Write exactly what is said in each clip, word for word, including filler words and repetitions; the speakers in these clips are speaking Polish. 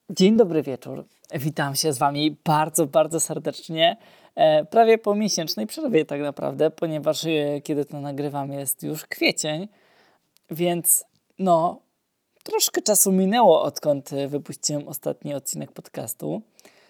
Dzień dobry wieczór. Witam się z Wami bardzo, bardzo serdecznie. E, prawie po miesięcznej przerwie tak naprawdę, ponieważ e, kiedy to nagrywam jest już kwiecień, więc no troszkę czasu minęło odkąd e, wypuściłem ostatni odcinek podcastu.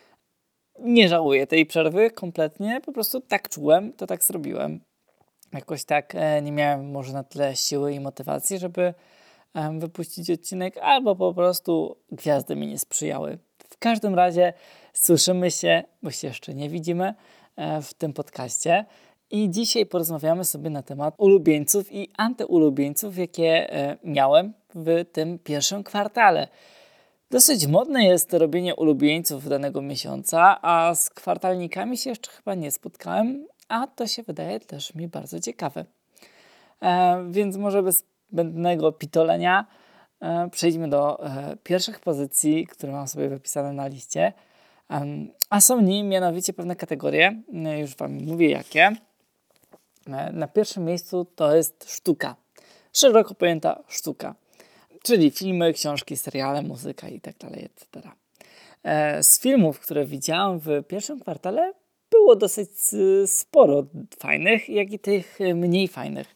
Nie żałuję tej przerwy kompletnie, po prostu tak czułem, to tak zrobiłem. Jakoś tak e, nie miałem może na tyle siły i motywacji, żeby em, wypuścić odcinek, albo po prostu gwiazdy mi nie sprzyjały. W każdym razie słyszymy się, bo się jeszcze nie widzimy, e, w tym podcaście i dzisiaj porozmawiamy sobie na temat ulubieńców i antyulubieńców, jakie e, miałem w tym pierwszym kwartale. Dosyć modne jest robienie ulubieńców danego miesiąca, a z kwartalnikami się jeszcze chyba nie spotkałem, a to się wydaje też mi bardzo ciekawe. E, więc może bez zbędnego pitolenia e, przejdźmy do e, pierwszych pozycji, które mam sobie wypisane na liście. Um, a są nimi mianowicie pewne kategorie, e, już Wam mówię jakie. E, na pierwszym miejscu to jest sztuka, szeroko pojęta sztuka, czyli filmy, książki, seriale, muzyka itd., et cetera. E, z filmów, które widziałem w pierwszym kwartale, było dosyć sporo fajnych, jak i tych mniej fajnych.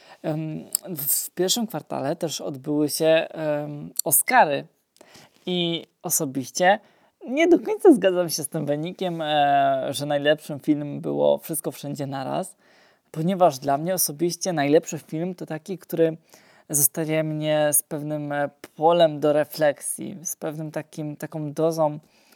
W pierwszym kwartale też odbyły się um, Oscary i osobiście nie do końca zgadzam się z tym wynikiem, e, że najlepszym filmem było Wszystko Wszędzie Naraz, ponieważ dla mnie osobiście najlepszy film to taki, który zostawia mnie z pewnym polem do refleksji, z pewnym takim, taką dozą,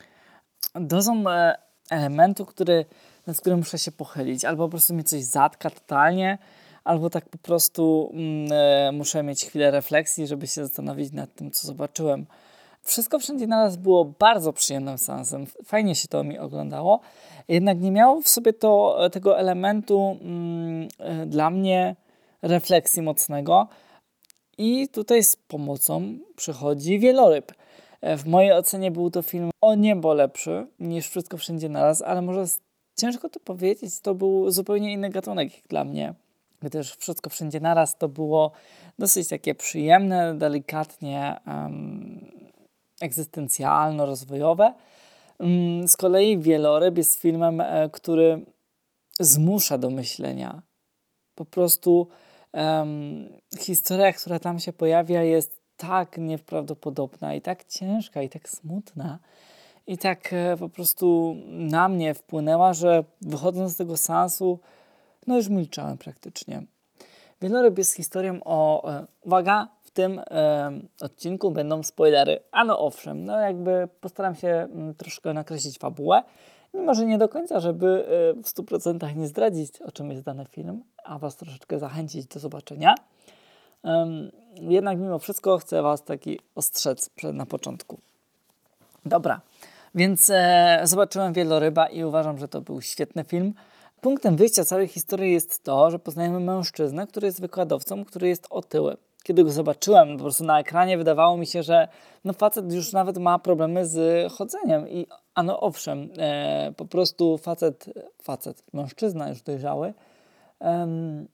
dozą e, elementu, który, nad którym muszę się pochylić, albo po prostu mnie coś zatka totalnie, albo tak po prostu mm, e, muszę mieć chwilę refleksji, żeby się zastanowić nad tym, co zobaczyłem. Wszystko Wszędzie Naraz było bardzo przyjemnym seansem. Fajnie się to mi oglądało. Jednak nie miało w sobie to, tego elementu mm, e, dla mnie refleksji mocnego. I tutaj z pomocą przychodzi Wieloryb. E, W mojej ocenie był to film o niebo lepszy niż Wszystko Wszędzie Naraz, ale może s- ciężko to powiedzieć, to był zupełnie inny gatunek jak dla mnie. Gdyż Wszystko Wszędzie Naraz to było dosyć takie przyjemne, delikatnie um, egzystencjalno-rozwojowe. Um, z kolei Wieloryb jest filmem, e, który zmusza do myślenia. Po prostu um, historia, która tam się pojawia, jest tak nieprawdopodobna i tak ciężka i tak smutna i tak e, po prostu na mnie wpłynęła, że wychodząc z tego seansu, no już milczałem praktycznie. Wieloryb jest historią o... E, uwaga, w tym e, odcinku będą spoilery. A no owszem, no jakby postaram się m, troszkę nakreślić fabułę. Mimo, że nie do końca, żeby e, w stu procentach nie zdradzić, o czym jest dany film, a Was troszeczkę zachęcić do zobaczenia. Um, jednak mimo wszystko chcę Was taki ostrzec przed, na początku. Dobra, więc e, zobaczyłem Wieloryba i uważam, że to był świetny film. Punktem wyjścia całej historii jest to, że poznajemy mężczyznę, który jest wykładowcą, który jest otyły. Kiedy go zobaczyłem po prostu na ekranie, wydawało mi się, że no facet już nawet ma problemy z chodzeniem. I a no owszem, e, po prostu facet, facet, mężczyzna już dojrzały, em,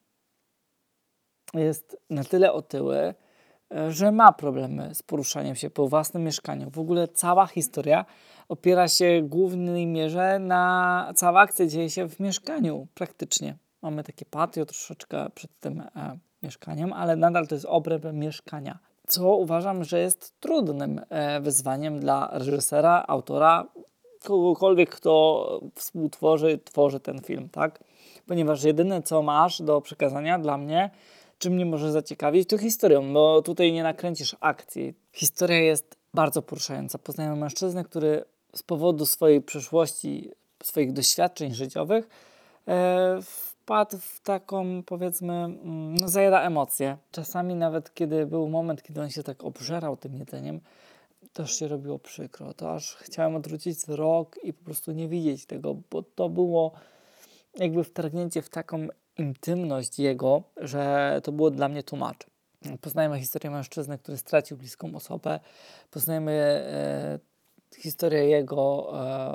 jest na tyle otyły, e, że ma problemy z poruszaniem się po własnym mieszkaniu. W ogóle cała historia opiera się w głównej mierze na... Cała akcja dzieje się w mieszkaniu praktycznie. Mamy takie patio troszeczkę przed tym e, mieszkaniem, ale nadal to jest obręb mieszkania. Co uważam, że jest trudnym e, wyzwaniem dla reżysera, autora, kogokolwiek, kto współtworzy, tworzy ten film, tak? Ponieważ jedyne, co masz do przekazania dla mnie, czym mnie może zaciekawić, to historią, bo tutaj nie nakręcisz akcji. Historia jest bardzo poruszająca. Poznajemy mężczyznę, który z powodu swojej przeszłości, swoich doświadczeń życiowych e, wpadł w taką, powiedzmy, mm, no, zajada emocje. Czasami nawet, kiedy był moment, kiedy on się tak obżerał tym jedzeniem, też się robiło przykro. To aż chciałem odwrócić wzrok i po prostu nie widzieć tego, bo to było jakby wtargnięcie w taką intymność jego, że to było dla mnie too much. Poznajemy historię mężczyzny, który stracił bliską osobę. Poznajemy e, historię jego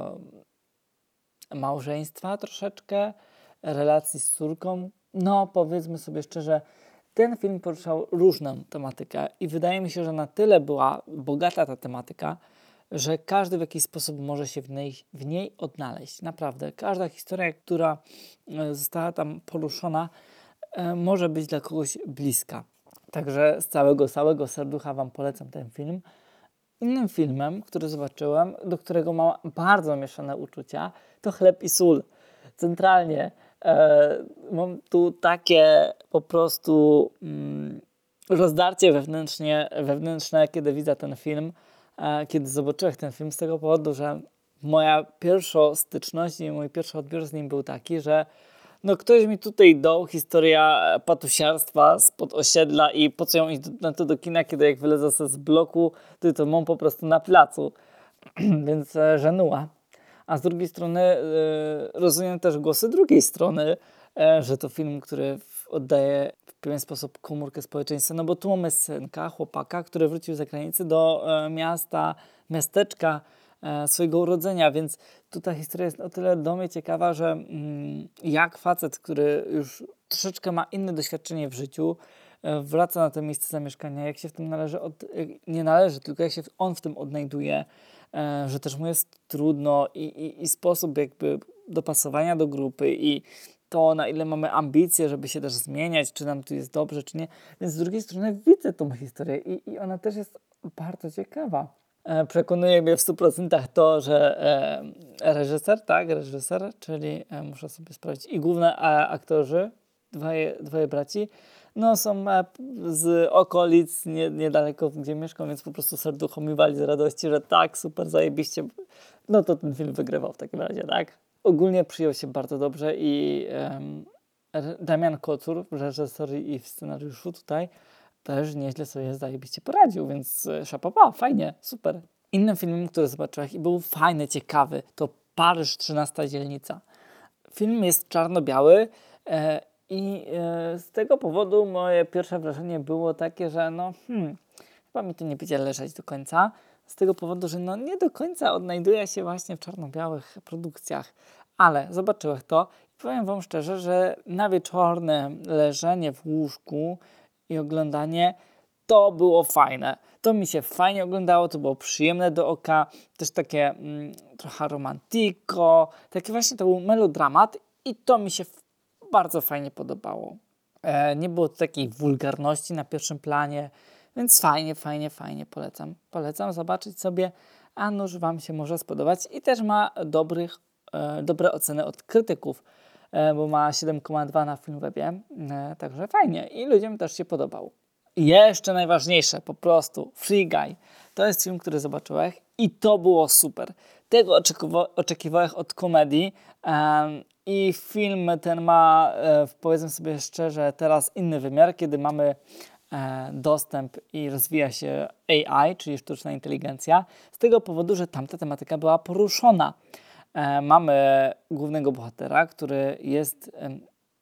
e, małżeństwa troszeczkę, relacji z córką. No, powiedzmy sobie szczerze, ten film poruszał różną tematykę i wydaje mi się, że na tyle była bogata ta tematyka, że każdy w jakiś sposób może się w niej, w niej odnaleźć. Naprawdę. Każda historia, która e, została tam poruszona, e, może być dla kogoś bliska. Także z całego, całego serducha Wam polecam ten film. Innym filmem, który zobaczyłem, do którego mam bardzo mieszane uczucia, to Chleb i sól. Centralnie e, mam tu takie po prostu mm, rozdarcie wewnętrznie, wewnętrzne, kiedy widzę ten film, e, kiedy zobaczyłem ten film, z tego powodu, że moja pierwsza styczność i mój pierwszy odbiór z nim był taki, że no ktoś mi tutaj dał historia patusiarstwa spod osiedla i po co ją iść na to do kina, kiedy jak wylezę sobie z bloku, to to mam po prostu na placu. Więc e, żenuła. A z drugiej strony e, rozumiem też głosy drugiej strony, e, że to film, który w, oddaje w pewien sposób komórkę społeczeństwa, no bo tu mamy synka, chłopaka, który wrócił z zagranicy do e, miasta, miasteczka e, swojego urodzenia, więc tu ta historia jest o tyle do mnie ciekawa, że mm, jak facet, który już troszeczkę ma inne doświadczenie w życiu, e, wraca na to miejsce zamieszkania, jak się w tym należy, od, nie należy, tylko jak się on w tym odnajduje, e, że też mu jest trudno i, i, i sposób jakby dopasowania do grupy i to, na ile mamy ambicje, żeby się też zmieniać, czy nam tu jest dobrze, czy nie. Więc z drugiej strony widzę tą historię i, i ona też jest bardzo ciekawa. E, przekonuje mnie w stu procentach to, że e, reżyser, tak, reżyser, czyli e, muszę sobie sprawdzić, i główne e, aktorzy, dwoje, dwoje braci, no są e, z okolic nie, niedaleko, gdzie mieszkam, więc po prostu serducho mi wali z radości, że tak, super, zajebiście. No to ten film wygrywał w takim razie, tak? Ogólnie przyjął się bardzo dobrze i em, Damian Kocur w reżyserii i w scenariuszu tutaj też nieźle sobie zajebiście poradził, więc szapapa, fajnie, super. Innym filmem, który zobaczyłem i był fajny, ciekawy, to Paryż trzynasta dzielnica. Film jest czarno-biały e, i e, z tego powodu moje pierwsze wrażenie było takie, że no hmm, chyba mi to nie będzie leżeć do końca. Z tego powodu, że no nie do końca odnajduje się właśnie w czarno-białych produkcjach. Ale zobaczyłem to i powiem Wam szczerze, że na wieczorne leżenie w łóżku i oglądanie to było fajne. To mi się fajnie oglądało, to było przyjemne do oka, też takie mm, trochę romantiko, taki właśnie to był melodramat i to mi się f- bardzo fajnie podobało. E, nie było takiej wulgarności na pierwszym planie, więc fajnie, fajnie, fajnie polecam. Polecam zobaczyć sobie, a nuż Wam się może spodobać i też ma dobrych, e, dobre oceny od krytyków, e, bo ma siedem przecinek dwa na Filmwebie, e, także fajnie i ludziom też się podobał. I jeszcze najważniejsze, po prostu Free Guy. To jest film, który zobaczyłem i to było super. Tego oczekiwa- oczekiwałem od komedii um, i film ten ma, e, powiedzmy sobie szczerze, teraz inny wymiar, kiedy mamy e, dostęp i rozwija się A I, czyli sztuczna inteligencja, z tego powodu, że tamta tematyka była poruszona. E, mamy głównego bohatera, który jest e,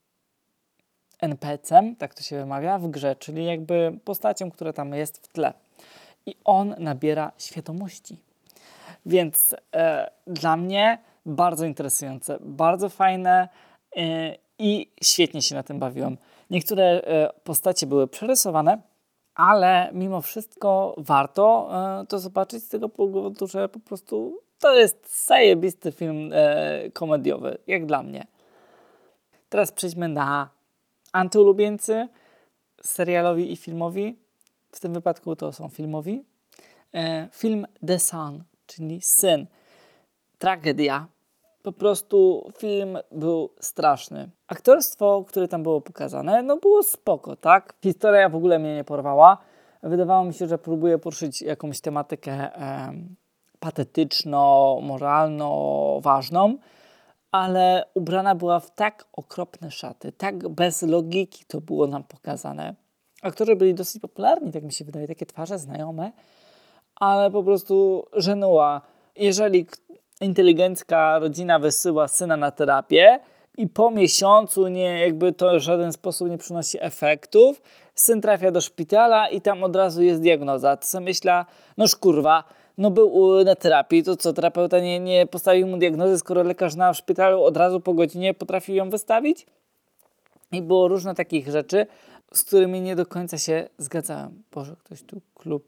N P C-em, tak to się wymawia, w grze, czyli jakby postacią, która tam jest w tle. I on nabiera świadomości. Więc e, dla mnie bardzo interesujące, bardzo fajne e, i świetnie się na tym bawiłem. Niektóre e, postacie były przerysowane, ale mimo wszystko warto e, to zobaczyć z tego powodu, że po prostu to jest zajebisty film e, komediowy, jak dla mnie. Teraz przejdźmy na antyulubieńcy, serialowi i filmowi. W tym wypadku to są filmowi. E, film The Son, czyli Syn. Tragedia. Po prostu film był straszny. Aktorstwo, które tam było pokazane, no było spoko, tak? Historia w ogóle mnie nie porwała. Wydawało mi się, że próbuje poruszyć jakąś tematykę e, patetyczno, moralno ważną, ale ubrana była w tak okropne szaty, tak bez logiki to było nam pokazane. Aktorzy byli dosyć popularni, tak mi się wydaje, takie twarze znajome, ale po prostu żenuła. Jeżeli inteligencka rodzina wysyła syna na terapię i po miesiącu nie, jakby to w żaden sposób nie przynosi efektów, syn trafia do szpitala i tam od razu jest diagnoza. To sobie myślę, no szkurwa, no był na terapii, to co, terapeuta nie, nie postawił mu diagnozy, skoro lekarz na szpitalu od razu po godzinie potrafił ją wystawić? I było różne takich rzeczy, z którymi nie do końca się zgadzałem. Boże, ktoś tu klupie.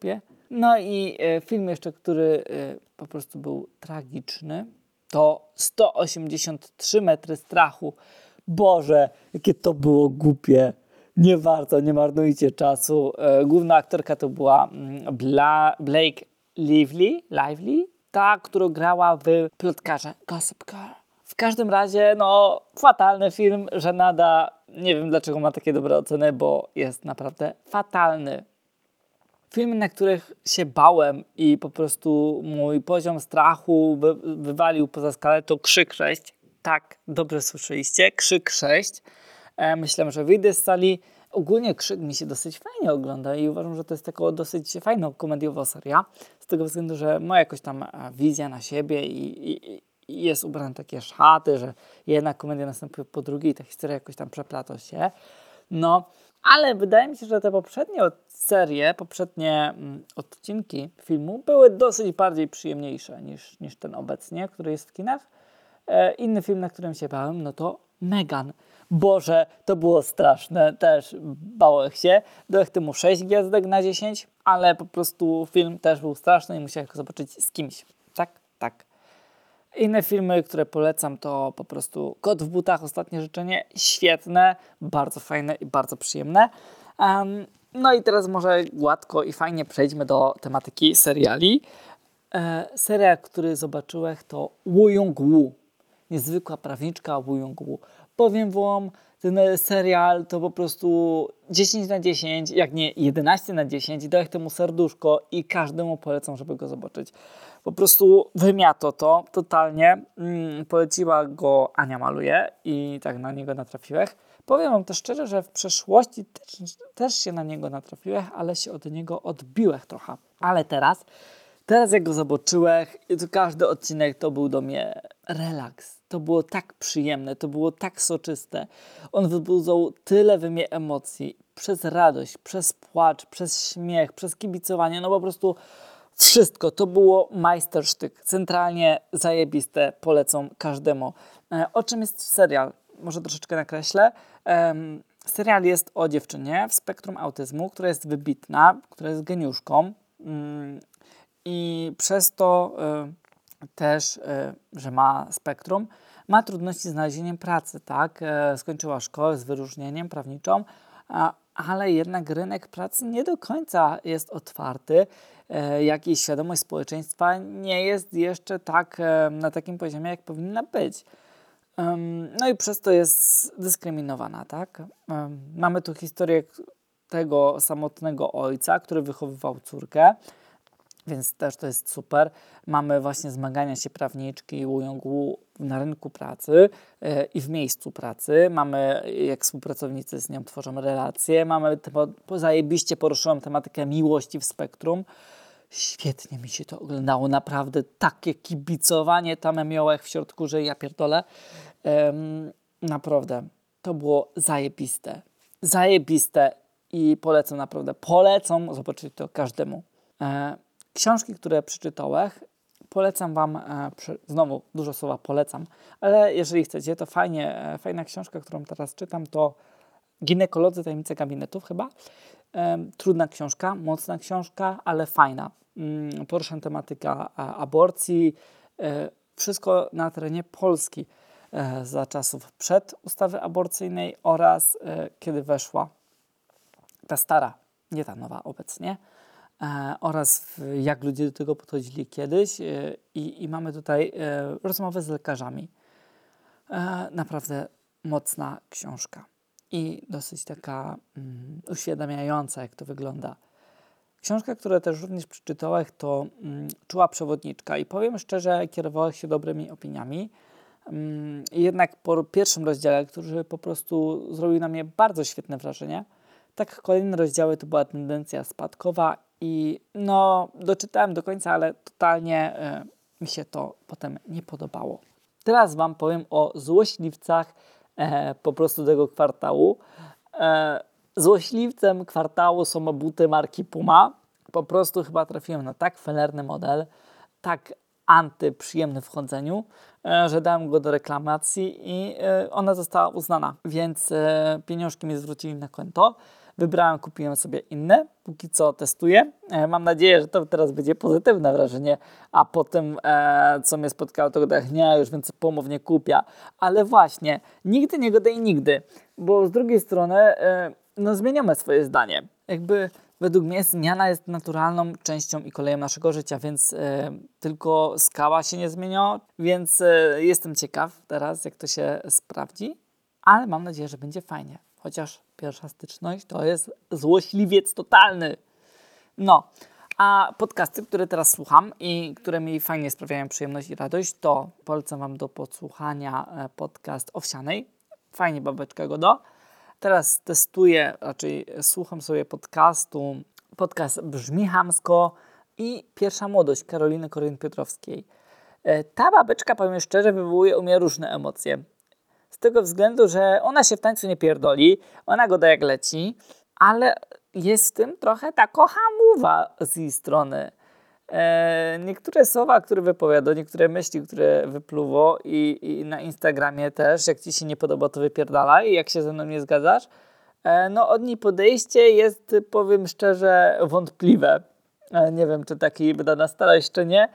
No i e, film jeszcze, który e, po prostu był tragiczny, to sto osiemdziesiąt trzy metry strachu. Boże, jakie to było głupie. Nie warto, nie marnujcie czasu. E, główna aktorka to była mm, Bla Blake Lively, Lively, ta, którą grała w Plotkarze Gossip Girl. W każdym razie, no, fatalny film, żenada. Nie wiem, dlaczego ma takie dobre oceny, bo jest naprawdę fatalny. Filmy, na których się bałem i po prostu mój poziom strachu wy, wywalił poza skalę, to Krzyk sześć. Tak, dobrze słyszeliście, Krzyk sześć. E, myślę, że wyjdę z sali. Ogólnie Krzyk mi się dosyć fajnie ogląda i uważam, że to jest taka dosyć fajna komediowa seria. Z tego względu, że ma jakoś tam wizja na siebie i, i, i jest ubrana takie szaty, że jedna komedia następuje po drugiej i ta historia jakoś tam przeplata się. No, ale wydaje mi się, że te poprzednie serie, poprzednie mm, odcinki filmu były dosyć bardziej przyjemniejsze niż, niż ten obecnie, który jest w kinach. E, inny film, na którym się bałem, no to Megan. Boże, to było straszne, też bałem się. Dałem temu sześć gwiazdek na dziesięć, ale po prostu film też był straszny i musiałem go zobaczyć z kimś. Tak, tak. Inne filmy, które polecam, to po prostu Kot w butach, Ostatnie życzenie. Świetne, bardzo fajne i bardzo przyjemne. Um, no i teraz może gładko i fajnie przejdźmy do tematyki seriali. E, serial, który zobaczyłem, to Woo Young-woo. Niezwykła prawniczka Woo Young-woo. Powiem wam, ten serial to po prostu dziesięć na dziesięć, jak nie jedenaście na dziesięć. Dałem temu serduszko i każdemu polecam, żeby go zobaczyć. Po prostu wymiato to totalnie. Mm, poleciła go Ania Maluje i tak na niego natrafiłem. Powiem wam też szczerze, że w przeszłości też, też się na niego natrafiłem, ale się od niego odbiłem trochę. Ale teraz, teraz jak go zobaczyłem, to każdy odcinek to był do mnie relaks. To było tak przyjemne, to było tak soczyste. On wybudzał tyle we mnie emocji. Przez radość, przez płacz, przez śmiech, przez kibicowanie. No po prostu wszystko. To było majstersztyk. Centralnie zajebiste. Polecam każdemu. E, o czym jest serial? Może troszeczkę nakreślę. E, serial jest o dziewczynie w spektrum autyzmu, która jest wybitna, która jest geniuszką. Mm, I przez to e, też, e, że ma spektrum, ma trudności z znalezieniem pracy, tak? E, skończyła szkołę z wyróżnieniem prawniczą, a, ale jednak rynek pracy nie do końca jest otwarty, e, jak i świadomość społeczeństwa nie jest jeszcze tak e, na takim poziomie, jak powinna być. Um, no i przez to jest dyskryminowana, tak? Um, mamy tu historię tego samotnego ojca, który wychowywał córkę, więc też to jest super. Mamy właśnie zmagania się prawniczki Woo Young-woo na rynku pracy yy, i w miejscu pracy. Mamy, jak współpracownicy z nią tworzą relacje. Mamy te, po, zajebiście poruszoną tematykę miłości w spektrum. Świetnie mi się to oglądało. Naprawdę takie kibicowanie tam miałem w środku, że ja pierdolę. Ym, naprawdę. To było zajebiste. Zajebiste i polecam naprawdę. Polecam zobaczyć to każdemu. E, Książki, które przeczytałem, polecam wam, e, przy, znowu dużo słowa polecam, ale jeżeli chcecie, to fajnie, e, fajna książka, którą teraz czytam, to Ginekolodzy, tajemnice gabinetów chyba. E, trudna książka, mocna książka, ale fajna. Mm, porusza tematyka a, aborcji, e, wszystko na terenie Polski e, za czasów przed ustawy aborcyjnej oraz e, kiedy weszła ta stara, nie ta nowa obecnie, E, oraz w, jak ludzie do tego podchodzili kiedyś e, i, i mamy tutaj e, rozmowę z lekarzami. E, naprawdę mocna książka i dosyć taka mm, uświadamiająca, jak to wygląda. Książka, którą też również przeczytałem, to mm, Czuła przewodniczka i powiem szczerze, kierowałem się dobrymi opiniami. Mm, jednak po pierwszym rozdziale, który po prostu zrobił na mnie bardzo świetne wrażenie, tak kolejne rozdziały to była tendencja spadkowa i no doczytałem do końca, ale totalnie y, mi się to potem nie podobało. Teraz wam powiem o złośliwcach e, po prostu tego kwartału. E, złośliwcem kwartału są buty marki Puma. Po prostu chyba trafiłem na tak felerny model, tak antyprzyjemny w chodzeniu, e, że dałem go do reklamacji i e, ona została uznana, więc e, pieniążki mi zwrócili na konto. wybrałem, kupiłem sobie inne, póki co testuję. E, mam nadzieję, że to teraz będzie pozytywne wrażenie, a potem e, co mnie spotkało, to tak, nie, już więcej pomownie kupię. Ale właśnie, nigdy nie gadaj nigdy, bo z drugiej strony e, no zmieniamy swoje zdanie. Jakby według mnie zmiana jest naturalną częścią i koleją naszego życia, więc e, tylko skała się nie zmienia, więc e, jestem ciekaw teraz, jak to się sprawdzi, ale mam nadzieję, że będzie fajnie. Chociaż pierwsza styczność to jest złośliwiec totalny. No, a podcasty, które teraz słucham i które mi fajnie sprawiają przyjemność i radość, to polecam Wam do podsłuchania podcast Owsianej. Fajnie babeczka go do. Teraz testuję, raczej słucham sobie podcastu. Podcast Brzmi Chamsko i Pierwsza Młodość Karoliny Koryn-Piotrowskiej. Ta babeczka, powiem szczerze, wywołuje u mnie różne emocje. Z tego względu, że ona się w tańcu nie pierdoli, ona go da jak leci, ale jest w tym trochę taka hamuwa z jej strony. E, niektóre słowa, które wypowiada, niektóre myśli, które wypluwo i, i na Instagramie też, jak Ci się nie podoba, to wypierdalaj, jak się ze mną nie zgadzasz. E, no od niej podejście jest, powiem szczerze, wątpliwe. E, nie wiem, czy taki wyda na starość, czy nie.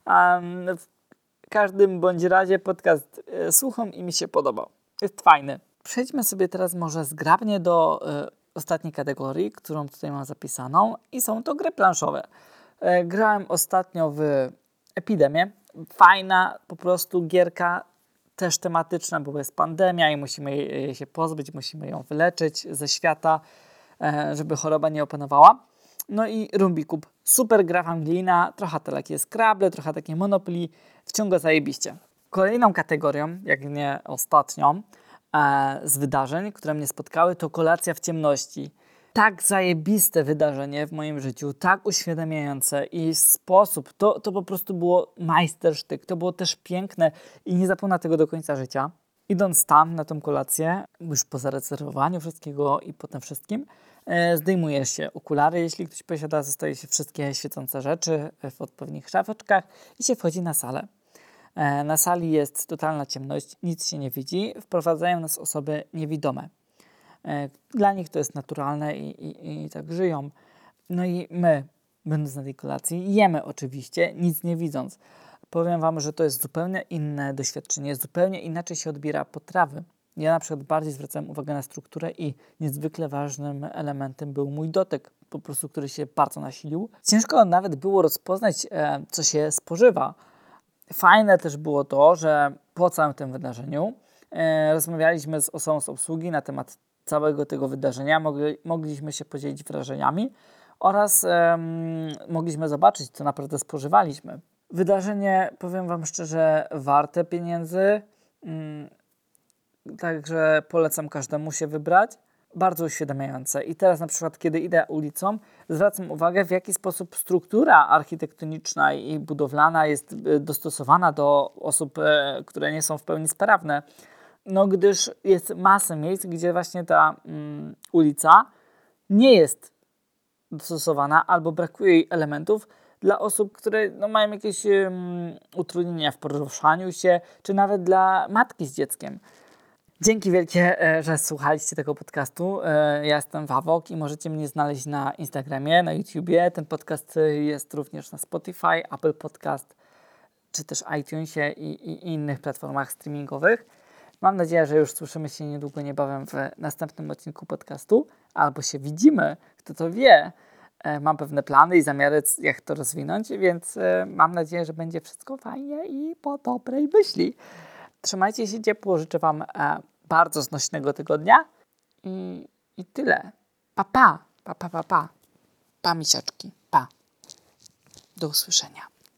Um, w każdym bądź razie podcast e, słucham i mi się podobał. Jest fajny. Przejdźmy sobie teraz może zgrabnie do e, ostatniej kategorii, którą tutaj mam zapisaną i są to gry planszowe. E, grałem ostatnio w Epidemię. Fajna po prostu gierka, też tematyczna, bo jest pandemia i musimy jej się pozbyć, musimy ją wyleczyć ze świata, e, żeby choroba nie opanowała. No i Rumbikub. Super gra familijna, trochę takie Scrabble, trochę takie Monopoly. Wciąga zajebiście. Kolejną kategorią, jak nie ostatnią, e, z wydarzeń, które mnie spotkały, to Kolacja w ciemności. Tak zajebiste wydarzenie w moim życiu, tak uświadamiające i sposób, to, to po prostu było majstersztyk, to było też piękne i nie zapomnę tego do końca życia. Idąc tam na tą kolację, już po zarezerwowaniu wszystkiego i po tym wszystkim, e, zdejmuje się okulary, jeśli ktoś posiada, zostaje się wszystkie świecące rzeczy w odpowiednich szafeczkach i się wchodzi na salę. E, na sali jest totalna ciemność, nic się nie widzi, wprowadzają nas osoby niewidome. E, dla nich to jest naturalne i, i, i tak żyją. No i my, będąc na tej kolacji, jemy oczywiście, nic nie widząc. Powiem Wam, że to jest zupełnie inne doświadczenie, zupełnie inaczej się odbiera potrawy. Ja na przykład bardziej zwracałem uwagę na strukturę i niezwykle ważnym elementem był mój dotyk, po prostu, który się bardzo nasilił. Ciężko nawet było rozpoznać, e, co się spożywa. Fajne też było to, że po całym tym wydarzeniu e, rozmawialiśmy z osobą z obsługi na temat całego tego wydarzenia, mogli, mogliśmy się podzielić wrażeniami oraz e, mogliśmy zobaczyć, co naprawdę spożywaliśmy. Wydarzenie, powiem Wam szczerze, warte pieniędzy, mm, także polecam każdemu się wybrać. Bardzo uświadamiające. I teraz na przykład, kiedy idę ulicą, zwracam uwagę, w jaki sposób struktura architektoniczna i budowlana jest dostosowana do osób, które nie są w pełni sprawne. No gdyż jest masa miejsc, gdzie właśnie ta mm, ulica nie jest dostosowana albo brakuje jej elementów dla osób, które no, mają jakieś um, utrudnienia w poruszaniu się, czy nawet dla matki z dzieckiem. Dzięki wielkie, że słuchaliście tego podcastu. Ja jestem Wawok i możecie mnie znaleźć na Instagramie, na YouTubie. Ten podcast jest również na Spotify, Apple Podcast, czy też iTunesie i, i innych platformach streamingowych. Mam nadzieję, że już słyszymy się niedługo, niebawem w następnym odcinku podcastu, albo się widzimy, kto to wie. Mam pewne plany i zamiary, jak to rozwinąć, więc mam nadzieję, że będzie wszystko fajnie i po dobrej myśli. Trzymajcie się ciepło, życzę Wam e, bardzo znośnego tygodnia i, i tyle. Pa, pa, pa, pa, pa, pa, pa, misiaczki, pa. Do usłyszenia.